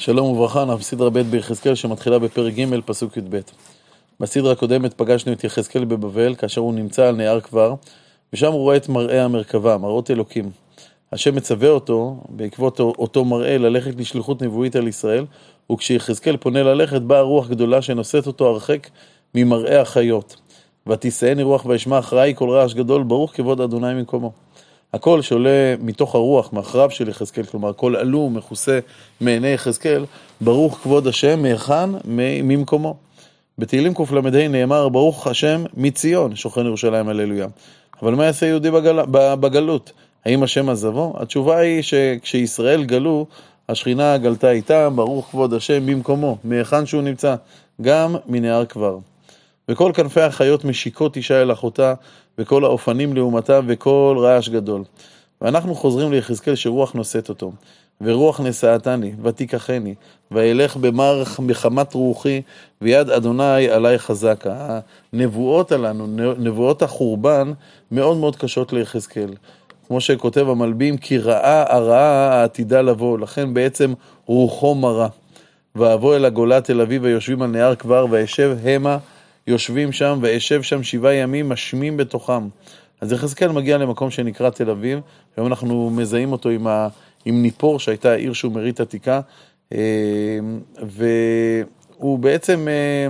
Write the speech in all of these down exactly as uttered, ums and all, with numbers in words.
שלום וברכה, אנחנו בסדרה ב' ביחזקאל שמתחילה בפרק ג' פסוק י"ב. בסדרה הקודמת פגשנו את יחזקאל בבבל כאשר הוא נמצא על נהר כבר, ושם הוא רואה את מראה המרכבה, מראות אלוקים. השם מצווה אותו, בעקבות אותו מראה, ללכת לשליחות נבואית על ישראל, וכשיחזקאל פונה ללכת, באה רוח גדולה שנושאת אותו הרחק ממראה החיות. ותישאני רוח וישמע אחראי כל רעש גדול, ברוך כבוד אדוני ממקומו. הכל שעולה מתוך הרוח, מאחריו של יחזקאל, כלומר, הכל עלו, מכוסה מעיני יחזקאל, ברוך כבוד השם, מהיכן? ממקומו. בתהילים קל"ה נאמר, ברוך השם מציון, שוכן ירושלים הללויה. אבל מה יעשה יהודי בגל... בגלות? האם השם עזבו? התשובה היא שכשישראל גלו, השכינה גלתה איתם, ברוך כבוד השם ממקומו, מהיכן שהוא נמצא, גם מנהר כבר. וכל כנפי החיות משיקות אישה אל אחותה, וכל האופנים לעומתה, וכל רעש גדול. ואנחנו חוזרים ליחזקאל שרוח נושאת אותו. ורוח נשאתני, ותיקחני, וילך במרך בחמת רוחי, ויד אדוני עלי חזקה. הנבואות עלינו, נבואות החורבן, מאוד מאוד קשות ליחזקאל. כמו שכותב המלבים, כי ראה הרעה העתידה לבוא, לכן בעצם רוחו מרה. ואבוא אל הגולה תל אביב, ויושבים על נהר כבר, וישב המה, יושבים שם, וישב שם שבעה ימים, משמים בתוכם. אז יחזקאל מגיע למקום שנקרא תל אביב, היום אנחנו מזהים אותו עם, ה, עם ניפור, שהייתה העיר שומרית עתיקה, והוא בעצם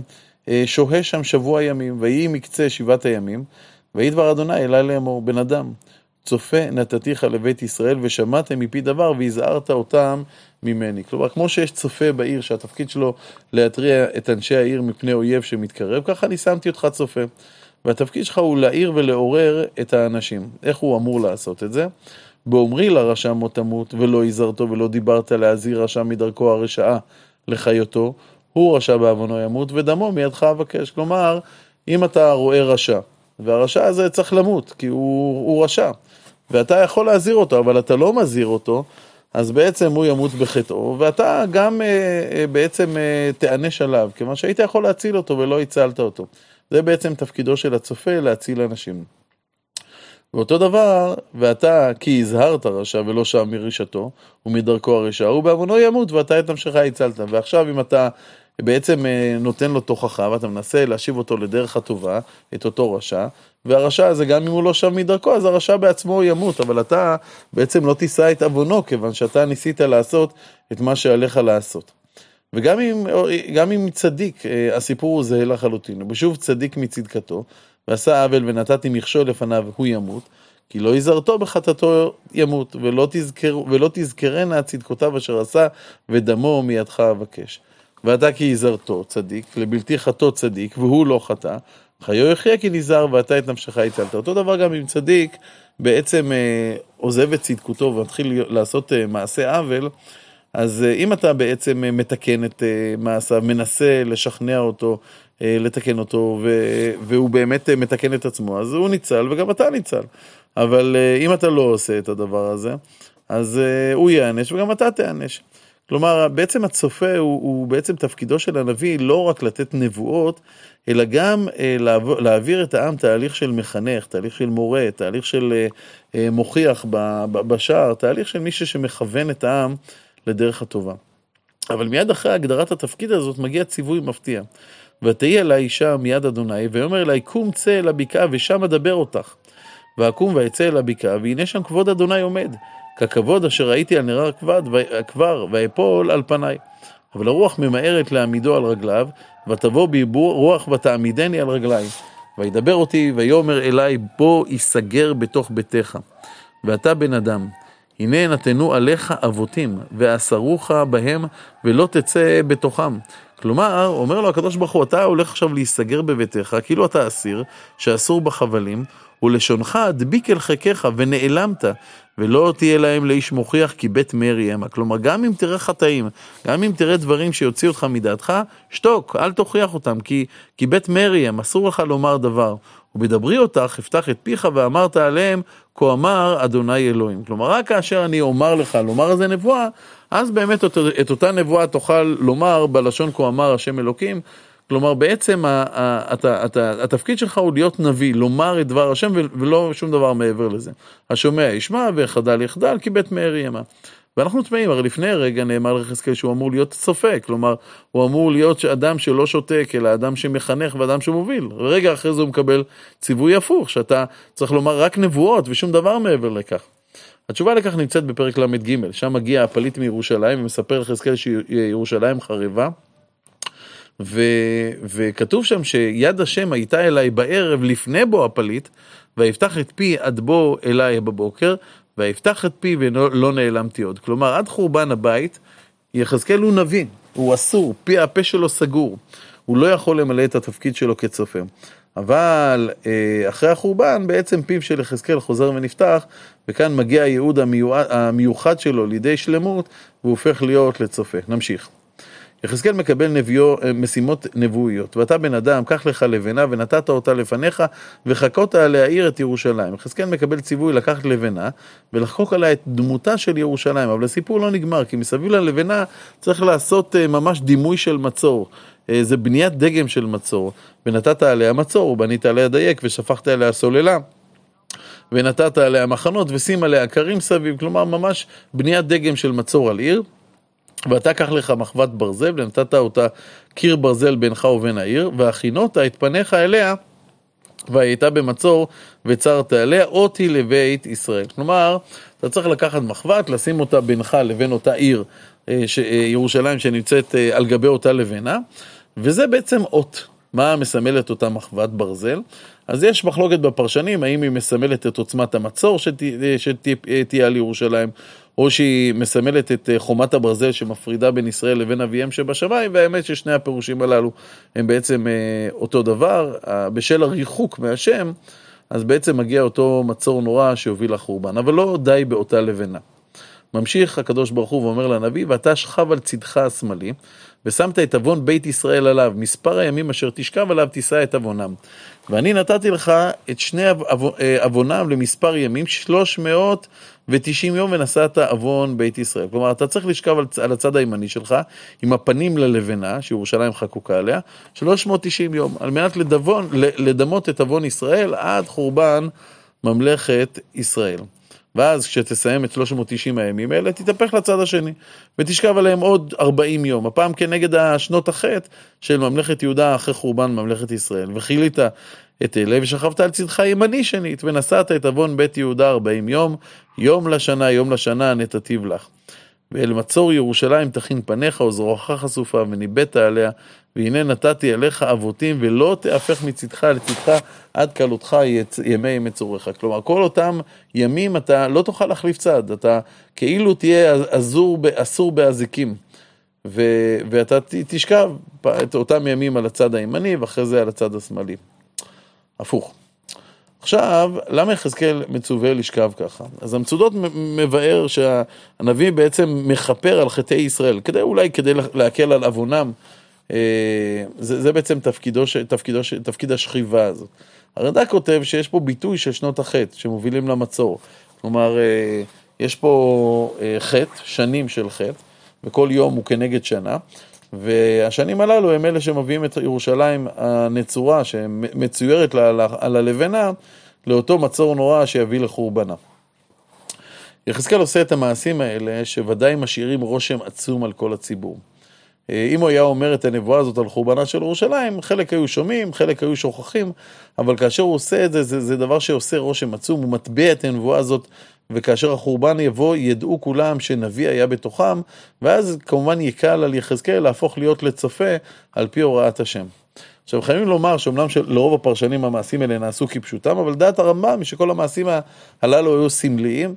שוהה שם שבוע ימים, ויהי מקצה שבעת הימים, ויהי דבר אדוני אלי לאמור, בן אדם, צופה נתתיך לבית ישראל, ושמעתם מפי דבר, והזהרת אותם ממני. כלומר, כמו שיש צופה בעיר, שהתפקיד שלו להתריע את אנשי העיר מפני אויב שמתקרב, ככה אני שמתי אותך צופה. והתפקיד שלך הוא להעיר ולעורר את האנשים. איך הוא אמור לעשות את זה? באומרי לרשע מות תמות, ולא הזהרתו ולא דיברת להזהיר רשע מדרכו הרשעה לחיותו, הוא רשע בעוונו ימות, ודמו מידך אבקש. כלומר, אם אתה רואה רשע, והרשע הזה צריך למות, כי הוא, הוא רשע, ואתה יכול להזהיר אותו, אבל אתה לא מזהיר אותו, אז בעצם הוא ימות בחטאו, ואתה גם אה, בעצם אה, תענש עליו, כיוון שהיית יכול להציל אותו ולא הצלת אותו. זה בעצם תפקידו של הצופה, להציל אנשים. ואותו דבר, ואתה כי הזהרת רשע ולא שם מרשתו, ומדרכו הרשע, הוא בעוונו ימות, ואתה את נפשך הצלת. ועכשיו אם אתה בעצם נותן לו תוכחה, ואתה מנסה להשיב אותו לדרך הטובה, את אותו רשע, והרשע הזה גם אם הוא לא שם מדרכו, אז הרשע בעצמו ימות, אבל אתה בעצם לא תישא את עוונו, כיוון שאתה ניסית לעשות את מה שעליך לעשות. וגם אם, גם אם צדיק, הסיפור הוא זהה לחלוטין, ובשוב צדיק מצדקתו, ועשה עוול ונתתי מכשול לפניו, הוא ימות, כי לא יזהרתו בחטאתו ימות, ולא, תזכר, ולא תזכרנה צדקותיו אשר עשה, ודמו מידך אבקש. ואתה כי יזהרתו צדיק, לבלתי חטא צדיק, והוא לא חטא, חיו יחיה כי נזהר, ואתה את נפשך הצלת. אותו דבר גם עם צדיק, בעצם אה, עוזב את צדקותו, ומתחיל לעשות אה, מעשה עוול, אז אה, אם אתה בעצם אה, מתקן את אה, מעשה, מנסה לשכנע אותו, אה, לתקן אותו, ו- והוא באמת אה, מתקן את עצמו, אז הוא ניצל, וגם אתה ניצל. אבל אה, אם אתה לא עושה את הדבר הזה, אז אה, הוא יענש, וגם אתה תענש. כלומר, בעצם הצופה הוא, הוא בעצם תפקידו של הנביא לא רק לתת נבואות, אלא גם אה, להעביר, להעביר את העם תהליך של מחנך, תהליך של מורה, תהליך של אה, אה, מוכיח ב, ב, בשער, תהליך של מישהו שמכוון את העם לדרך הטובה. אבל מיד אחרי הגדרת התפקיד הזאת מגיע ציווי מפתיע. ותהי אלי אישה מיד אדוני, ויאמר אלי קום צא אל הבקעה ושם אדבר אותך. ואקום ויצא אל הבקעה, והנה שם כבוד אדוני עומד. ככבוד אשר ראיתי על נהר כבר, ואפול על פניי. אבל הרוח ממהרת להעמידו על רגליו, ותבוא בי רוח ותעמידני על רגליי. וידבר אותי, ויאמר אליי, בוא יסגר בתוך ביתך. ואתה בן אדם, הנה נתנו עליך אבותים, ואסרוך בהם, ולא תצא בתוכם. כלומר, אומר לו הקדוש ברוך הוא, אתה הולך עכשיו להיסגר בביתך, כאילו אתה אסיר, שאסור בחבלים, ולשונך דביק אל חיקך, ונעלמת, ולא תהיה להם לאיש מוכיח כי בית מרי המה. כלומר, גם אם תראה חטאים, גם אם תראה דברים שיוציאו אותך מדעתך, שתוק, אל תוכיח אותם, כי, כי בית מרי הם, אסור לך לומר דבר. ובדברי אותך, הפתח את פיך ואמרת עליהם, כה אמר אדוני אלוהים. כלומר, רק כאשר אני אומר לך, לומר איזה נבואה, אז באמת את, את אותה נבואה תוכל לומר בלשון כה אמר השם אלוקים. כלומר, בעצם התפקיד שלך הוא להיות נביא, לומר את דבר השם ולא שום דבר מעבר לזה. השומע ישמע וחדל יחדל כי בית מרי המה. ואנחנו תמאים, הרי לפני רגע נאמר ליחזקאל שהוא אמור להיות צופה, כלומר, הוא אמור להיות אדם שלא שותק, אלא אדם שמחנך ואדם שמוביל. רגע אחרי זה הוא מקבל ציווי הפוך, שאתה צריך לומר רק נבואות ושום דבר מעבר לכך. התשובה לכך נמצאת בפרק למד ג', שם מגיע הפליט מירושלים ומספר ליחזקאל שירושלים חרבה, ו, וכתוב שם שיד השם הייתה אליי בערב לפני בו הפליט, ויפתח את פי עד בו אליי בבוקר, ויפתח את פי ולא לא נעלמתי עוד. כלומר, עד חורבן הבית, יחזקאל הוא נביא, הוא אסור, פי הפה שלו סגור, הוא לא יכול למלא את התפקיד שלו כצופה. אבל אחרי החורבן, בעצם פיו של יחזקאל חוזר ונפתח, וכאן מגיע הייעוד המיוחד שלו לידי שלמות, והוא הופך להיות לצופה. נמשיך. יחזקאל מקבל נביאו, משימות נבואיות, ואתה בן אדם, קח לך לבנה ונתת אותה לפניך וחקות להאיר את ירושלים. יחזקאל מקבל ציווי לקחת לבנה ולחקוק עליה את דמותה של ירושלים, אבל הסיפור לא נגמר, כי מסביב ללבנה צריך לעשות ממש דימוי של מצור, זה בניית דגם של מצור, ונתת עליה מצור, ובנית עליה דייק ושפכת עליה סוללה, ונתת עליה מחנות ושים עליה קרים סביב, כלומר ממש בניית דגם של מצור על עיר. ואתה קח לך מחבת ברזל, ונתת אותה קיר ברזל בינך ובין העיר, והכינות את פניך אליה, והייתה במצור, וצרת עליה, אותי לבית ישראל. כלומר, אתה צריך לקחת מחבת, לשים אותה בינך לבין אותה עיר, ירושלים שנמצאת על גבי אותה לבנה, וזה בעצם אות. מה מסמלת אותה מחבת ברזל? אז יש מחלוקת בפרשנים, האם היא מסמלת את עוצמת המצור שתהיה על ירושלים, או שהיא מסמלת את חומת הברזל שמפרידה בין ישראל לבין אביהם שבשמיים, והאמת ששני הפירושים הללו הם בעצם אותו דבר, בשל הריחוק מהשם, אז בעצם מגיע אותו מצור נורא שהוביל לחורבן, אבל לא די באותה לבנה. ממשיך הקדוש ברוך הוא ואומר לנביא, ואתה שכב על צדך השמאלי, ושמת את אבון בית ישראל עליו, מספר הימים אשר תשכב עליו תישא את אבונם. ואני נתתי לך את שני אבונם למספר ימים, שלוש מאות ותשעים יום ונשאת אבון בית ישראל. כלומר, אתה צריך לשכב על הצד הימני שלך, עם הפנים ללבנה, שירושלים חקוקה עליה, שלוש מאות ותשעים יום, על מנת לדבון, לדמות את אבון ישראל עד חורבן ממלכת ישראל. ואז כשתסיים את שלוש מאות ותשעים הימים האלה, תתהפך לצד השני, ותשכב עליהם עוד ארבעים יום, הפעם כנגד השנות החטא של ממלכת יהודה אחרי חורבן ממלכת ישראל. וחילית את אלה ושכבת על צדך ימני שנית, ונשאת את אבון בית יהודה ארבעים יום, יום לשנה, יום לשנה נתתיו לך. ואל מצור ירושלים תכין פניך וזרועך חשופה וניבאת עליה, והנה נתתי אליך אבותים ולא תהפך מצדך לצדך עד קלותך ימי מצורך. כלומר, כל אותם ימים אתה לא תוכל להחליף צד, אתה כאילו תהיה אסור, אסור באזיקים, ו, ואתה תשכב את אותם ימים על הצד הימני ואחרי זה על הצד השמאלי. הפוך. עכשיו, למה יחזקאל מצווה לשכב ככה? אז המצודות מבאר שהנביא בעצם מחפר על חטאי ישראל, כדי אולי כדי להקל על אבונם, זה, זה בעצם תפקידו, תפקידו, תפקיד השכיבה הזאת. הרד"ק כותב שיש פה ביטוי של שנות החטא שמובילים למצור. כלומר, יש פה חטא, שנים של חטא, וכל יום הוא כנגד שנה, והשנים הללו הם אלה שמביאים את ירושלים הנצורה שמצוירת על הלבנה לאותו מצור נורא שיביא לחורבנה. יחזקאל עושה את המעשים האלה שוודאי משאירים רושם עצום על כל הציבור. אם הוא היה אומר את הנבואה הזאת על חורבנה של ירושלים, חלק היו שומעים, חלק היו שוכחים, אבל כאשר הוא עושה את זה, זה, זה דבר שעושה רושם עצום, הוא מטבע את הנבואה הזאת, וכאשר החורבן יבוא, ידעו כולם שנביא היה בתוכם, ואז כמובן יקל על יחזקאל להפוך להיות לצופה על פי הוראת השם. עכשיו, חייבים לומר שאומנם לרוב הפרשנים המעשים האלה נעשו כפשוטם, אבל דעת הרמב"ם שכל המעשים הללו היו סמליים,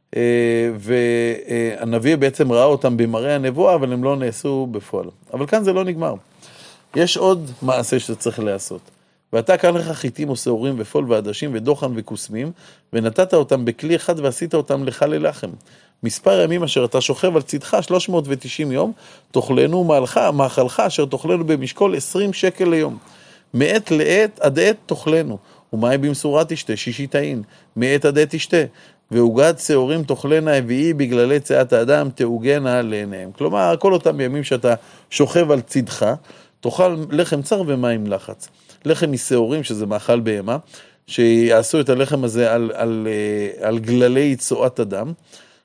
והנביא בעצם ראה אותם במראה הנבואה, אבל הם לא נעשו בפועל. אבל כאן זה לא נגמר. יש עוד מעשה שצריך לעשות. ואתה קח לך חיטים ושעורים ופול ועדשים ודוחן וכוסמים, ונתת אותם בכלי אחד ועשית אותם לך ללחם. מספר ימים אשר אתה שוכב על צדך, שלוש מאות ותשעים יום, תאכלנו מאלך, מאכלך אשר תאכלנו במשקול עשרים שקל ליום. מעת לעת עד עת תאכלנו, ומים במשורה תשתה, שישי תאין, מעת עד עת תשתה. ועוגת שעורים תאכלנה אביעי בגללי צאת האדם תעוגנה לעיניהם. כלומר, כל אותם ימים שאתה שוכב על צדך, תאכל לחם צר ומים לחץ. לחם משעורים, שזה מאכל בהמה, שיעשו את הלחם הזה על, על, על גללי צואת אדם,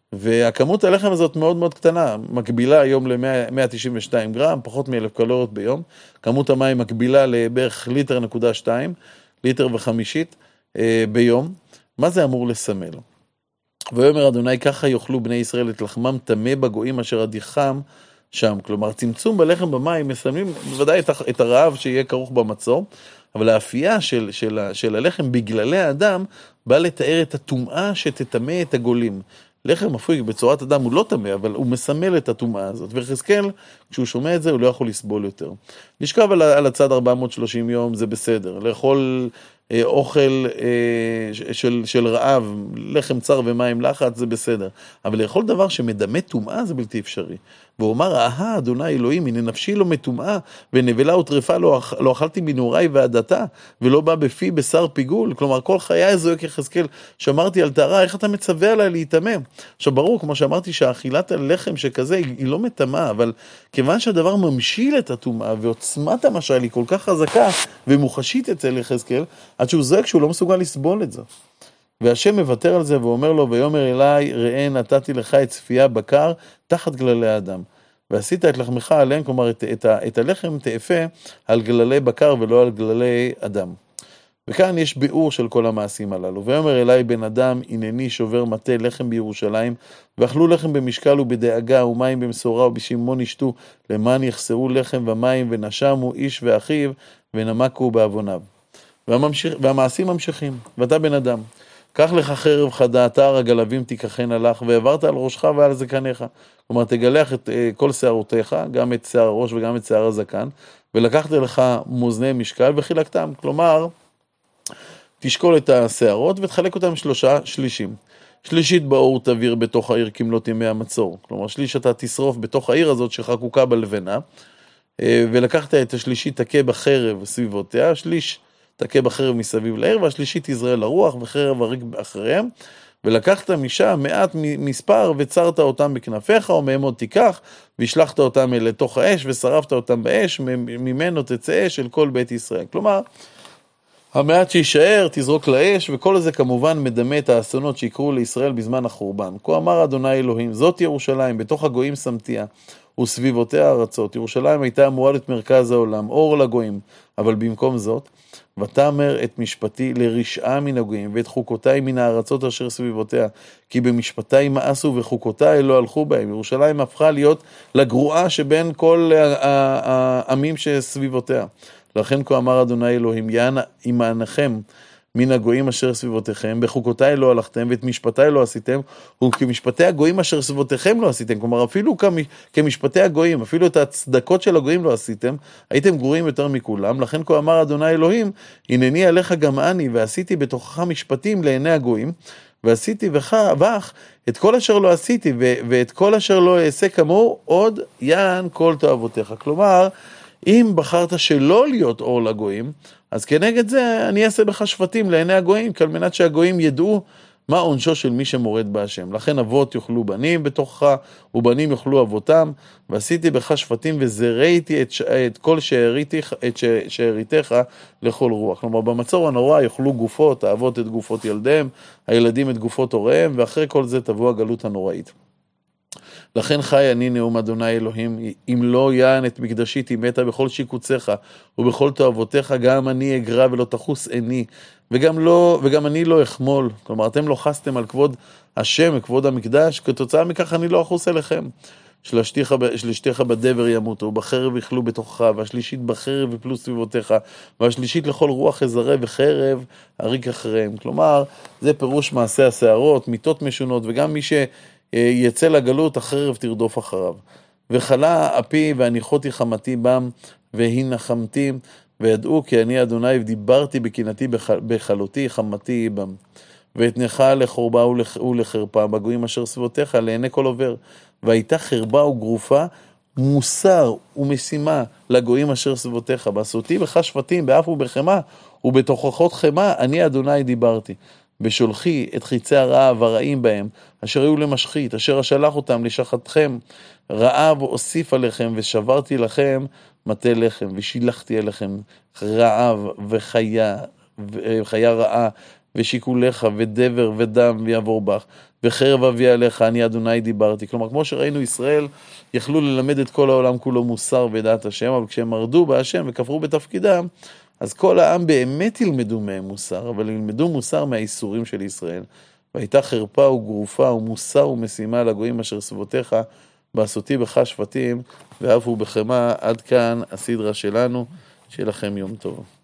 והכמות הלחם הזאת מאוד מאוד קטנה, מקבילה היום ל-מאה תשעים ושתיים גרם, פחות מ-אלף קלוריות ביום. כמות המים מקבילה לבערך ליטר נקודה שתיים, ליטר וחמישית אה, ביום. מה זה אמור לסמל? ויאמר אדוני, ככה יאכלו בני ישראל את לחמם טמא בגויים אשר אדיחם שם. כלומר, צמצום בלחם במים מסמלים בוודאי את הרעב שיהיה כרוך במצור, אבל האפייה של, של, של הלחם בגללי האדם בא לתאר את הטומאה שתטמא את הגולים. לחם אפוי בצורת אדם הוא לא טמא, אבל הוא מסמל את הטומאה הזאת. ויחזקאל, כשהוא שומע את זה, הוא לא יכול לסבול יותר. לשכב על, על הצד ארבע מאות ושלושים יום זה בסדר. לאכול אה, אוכל אה, של, של רעב, לחם צר ומים לחץ זה בסדר. אבל לאכול דבר שמדמה טומאה זה בלתי אפשרי. והוא אמר, אהה, אדוני אלוהים, הנה נפשי לא מטומאה, ונבלה וטרפה לא, לא אכלתי מנעוריי ועדתה, ולא בא בפי בשר פיגול. כלומר, כל חיי זועק יחזקאל, שמרתי על טהרה, איך אתה מצווה עליי להיטמא? עכשיו ברור, כמו שאמרתי, שהאכילת הלחם שכזה היא, היא לא מטמאה, אבל כיוון שהדבר ממשיל את הטומאה, ועוצמת המשל היא כל כך חזקה ומוחשית אצל יחזקאל, עד שהוא זועק שהוא לא מסוגל לסבול את זה. והשם מוותר על זה ואומר לו, ויאמר אליי, ראה נתתי לך את צפייה בקר תחת גללי האדם. ועשית את לחמך עליהם, כלומר את, את, את הלחם תאפה על גללי בקר ולא על גללי אדם. וכאן יש ביאור של כל המעשים הללו. ויאמר אליי בן אדם, הנני שובר מטה לחם בירושלים, ואכלו לחם במשקל ובדאגה, ומים במשורה ובשימון ישתו, למען יחסרו לחם ומים, ונשמו איש ואחיו, ונמקו בעווניו. והממשיך, והמעשים ממשיכים. ואתה בן אדם, קח לך חרב חדה, תער הגלבים תיקחנה לך, והעברת על ראשך ועל זקניך. כלומר, תגלח את uh, כל שערותיך, גם את שיער הראש וגם את שיער הזקן, ולקחת לך מאזני משקל וחילקתם. כלומר, תשקול את השערות ותחלק אותם שלושה שלישים. שלישית באור תביר בתוך העיר כמלות ימי המצור. כלומר, שליש אתה תשרוף בתוך העיר הזאת שחקוקה בלבנה, ולקחת את השלישית תכה בחרב סביבותיה, שליש תכה בחרב מסביב לעיר, והשלישית תזרע לרוח וחרב הריג אחריהם, ולקחת משם מעט מספר וצרת אותם בכנפיך, או מהם עוד תיקח, והשלחת אותם לתוך האש ושרפת אותם באש, ממנו תצא אש אל כל בית ישראל. כלומר, המעט שישאר תזרוק לאש, וכל זה כמובן מדמה את האסונות שיקרו לישראל בזמן החורבן. כה אמר אדוני אלוהים, זאת ירושלים, בתוך הגויים שמתיה, וסביבותיה ארצות. ירושלים הייתה אמורה להיות מרכז העולם, אור לגויים, אבל במקום זאת, ותאמר את משפטי לרשעה מן הגויים, ואת חוקותיי מן הארצות אשר סביבותיה, כי במשפטי מאסו וחוקותיי לא הלכו בהם. ירושלים הפכה להיות לגרועה שבין כל העמים שסביבותיה. לכן כה אמר אדוני אלוהים, יענכם מן הגויים אשר סביבותיכם, בחוקותיי לא הלכתם, ואת משפטיי לא עשיתם, וכמשפטי הגויים אשר סביבותיכם לא עשיתם. כלומר, אפילו כמשפטי הגויים, אפילו את הצדקות של הגויים לא עשיתם, הייתם גרועים יותר מכולם. לכן כה אמר אדוני אלוהים, הנני עליך גם אני, ועשיתי בתוכך משפטים לעיני הגויים, ועשיתי בך את כל אשר לא עשיתי, ואת כל אשר לא אעשה כמוהו, עוד יען כל תאוותיך. כלומר, אם בחרת שלא להיות אור לגויים, אז כנגד זה אני אעשה בך שפטים לעיני הגויים, כל מנת שהגויים ידעו מה עונשו של מי שמורד בהשם. לכן אבות יאכלו בנים בתוכך, ובנים יאכלו אבותם, ועשיתי בך שפטים וזרעתי את, ש... את כל שאריתך, את ש... שאריתך לכל רוח. כלומר, במצור הנורא יאכלו גופות, האבות את גופות ילדיהם, הילדים את גופות הוריהם, ואחרי כל זה תבוא הגלות הנוראית. לכן חי אני נאום אדוני אלוהים, אם לא יען את מקדשי תימת בכל שיקוציך ובכל תאוותיך, גם אני אגרע ולא תחוס עיני, וגם, לא, וגם אני לא אחמול. כלומר, אתם לא חסתם על כבוד השם, כבוד המקדש, כתוצאה מכך אני לא אחוס אליכם. שלשתיך, שלשתיך בדבר ימותו, ובחרב יחלו בתוכך, והשלישית בחרב יפלו סביבותיך, והשלישית לכל רוח אזרה וחרב אריק אחריהם. כלומר, זה פירוש מעשה השערות, מיתות משונות, וגם מי ש... יצא לגלות, החרב תרדוף אחריו. וחלה אפי והניחותי חמתי בם, והיא נחמתי, וידעו כי אני אדוני ודיברתי בקנאתי בחלותי חמתי בם. ואתנך לחורבה ולחרפה בגויים אשר סביבותיך לעיני כל עובר. והייתה חרבה וגרופה, מוסר ומשימה לגויים אשר סביבותיך. בעשותי בך שפטים באף ובחמה, ובתוכחות חמה אני אדוני דיברתי. בשולחי את חיצי הרעב הרעים בהם, אשר היו למשחית, אשר אשלח אותם לשחתכם, רעב אוסיף עליכם, ושברתי לכם מטה לחם, ושילחתי אליכם רעב וחיה, וחיה רעה, ושיקולך ודבר ודם ויעבור בך, וחרב אביא עליך, אני אדוני דיברתי. כלומר, כמו שראינו, ישראל יכלו ללמד את כל העולם כולו מוסר ודעת השם, אבל כשהם מרדו בהשם וכפרו בתפקידם, אז כל העם באמת ילמדו מהם מוסר, אבל ילמדו מוסר מהאיסורים של ישראל. והייתה חרפה וגרופה ומוסר ומשימה לגויים אשר סבותיך, בעשותי בך שפטים, ואף הוא בחמה. עד כאן הסדרה שלנו. שיהיה לכם יום טוב.